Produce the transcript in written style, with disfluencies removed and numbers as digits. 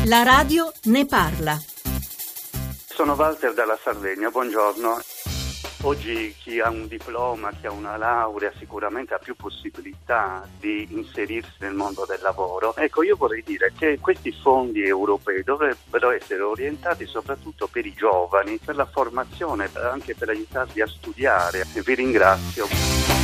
La radio ne parla. Sono Walter dalla Sardegna, buongiorno. Oggi chi ha un diploma, chi ha una laurea sicuramente ha più possibilità di inserirsi nel mondo del lavoro. Ecco, io vorrei dire che questi fondi europei dovrebbero essere orientati soprattutto per i giovani, per la formazione, anche per aiutarli a studiare. Vi ringrazio.